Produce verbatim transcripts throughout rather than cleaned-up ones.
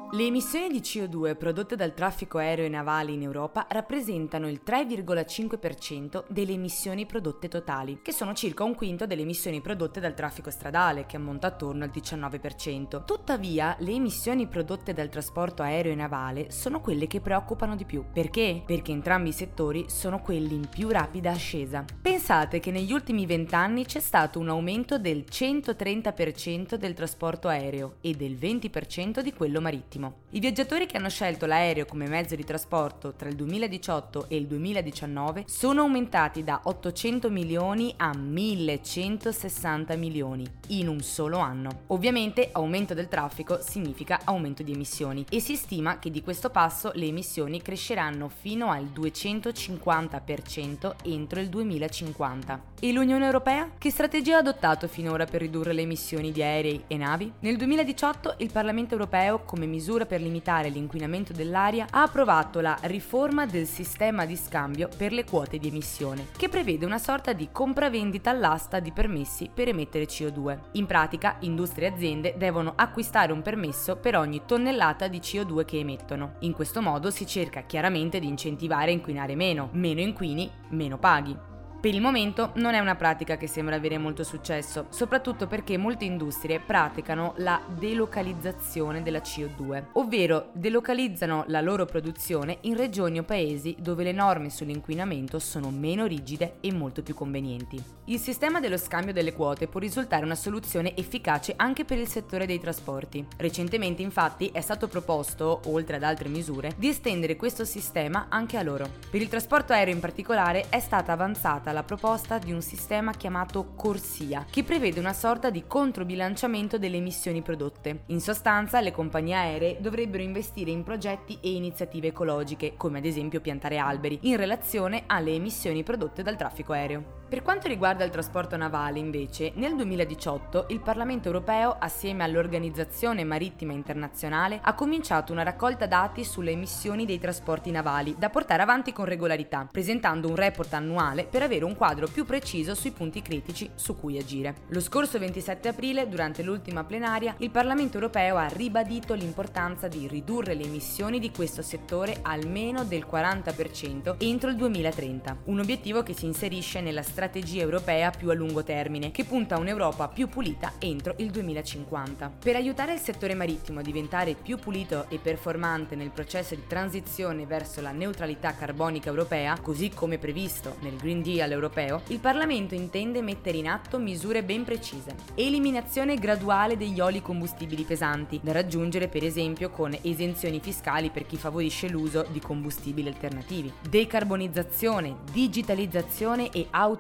Le emissioni di C O due prodotte dal traffico aereo e navale in Europa rappresentano il tre virgola cinque per cento delle emissioni prodotte totali, che sono circa un quinto delle emissioni prodotte dal traffico stradale, che ammonta attorno al diciannove per cento. Tuttavia, le emissioni prodotte dal trasporto aereo e navale sono quelle che preoccupano di più. Perché? Perché entrambi i settori sono quelli in più rapida ascesa. Pensate che negli ultimi vent'anni c'è stato un aumento del centotrenta per cento del trasporto aereo e del venti per cento di quello marittimo. I viaggiatori che hanno scelto l'aereo come mezzo di trasporto tra il duemiladiciotto e il duemiladiciannove sono aumentati da ottocento milioni a millecentosessanta milioni in un solo anno. Ovviamente aumento del traffico significa aumento di emissioni e si stima che di questo passo le emissioni cresceranno fino al duecentocinquanta per cento entro il duemilacinquanta. E l'Unione Europea? Che strategia ha adottato finora per ridurre le emissioni di aerei e navi? Nel duemiladiciotto il Parlamento Europeo, come misura per limitare l'inquinamento dell'aria, ha approvato la riforma del sistema di scambio per le quote di emissione, che prevede una sorta di compravendita all'asta di permessi per emettere C O due. In pratica, industrie e aziende devono acquistare un permesso per ogni tonnellata di C O due che emettono. In questo modo si cerca chiaramente di incentivare a inquinare meno. Meno inquini, meno paghi. Per il momento non è una pratica che sembra avere molto successo, soprattutto perché molte industrie praticano la delocalizzazione della C O due, ovvero delocalizzano la loro produzione in regioni o paesi dove le norme sull'inquinamento sono meno rigide e molto più convenienti. Il sistema dello scambio delle quote può risultare una soluzione efficace anche per il settore dei trasporti. Recentemente, infatti, è stato proposto, oltre ad altre misure, di estendere questo sistema anche a loro. Per il trasporto aereo in particolare è stata avanzata la proposta di un sistema chiamato corsia, che prevede una sorta di controbilanciamento delle emissioni prodotte. In sostanza, le compagnie aeree dovrebbero investire in progetti e iniziative ecologiche, come ad esempio piantare alberi, in relazione alle emissioni prodotte dal traffico aereo. Per quanto riguarda il trasporto navale, invece, nel duemiladiciotto il Parlamento Europeo, assieme all'Organizzazione Marittima Internazionale, ha cominciato una raccolta dati sulle emissioni dei trasporti navali da portare avanti con regolarità, presentando un report annuale per avere un quadro più preciso sui punti critici su cui agire. Lo scorso ventisette aprile, durante l'ultima plenaria, il Parlamento Europeo ha ribadito l'importanza di ridurre le emissioni di questo settore almeno del quaranta per cento entro il duemilatrenta, un obiettivo che si inserisce nella strategia europea più a lungo termine, che punta a un'Europa più pulita entro il duemilacinquanta. Per aiutare il settore marittimo a diventare più pulito e performante nel processo di transizione verso la neutralità carbonica europea, così come previsto nel Green Deal europeo, il Parlamento intende mettere in atto misure ben precise. Eliminazione graduale degli oli combustibili pesanti, da raggiungere per esempio con esenzioni fiscali per chi favorisce l'uso di combustibili alternativi. Decarbonizzazione, digitalizzazione e automatizzazione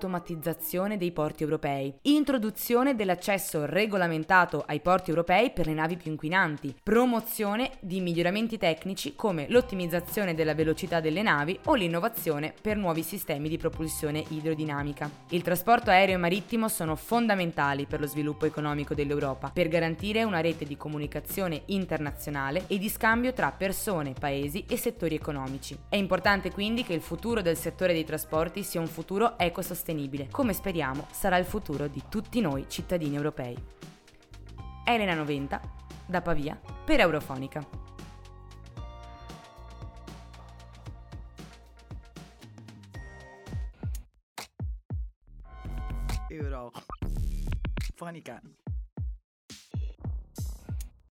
dei porti europei. Introduzione dell'accesso regolamentato ai porti europei per le navi più inquinanti. Promozione di miglioramenti tecnici come l'ottimizzazione della velocità delle navi o l'innovazione per nuovi sistemi di propulsione idrodinamica. Il trasporto aereo e marittimo sono fondamentali per lo sviluppo economico dell'Europa, per garantire una rete di comunicazione internazionale e di scambio tra persone, paesi e settori economici. È importante quindi che il futuro del settore dei trasporti sia un futuro ecosostenibile, come speriamo sarà il futuro di tutti noi cittadini europei. Elena Noventa, da Pavia, per Eurofonica. Eurofonica.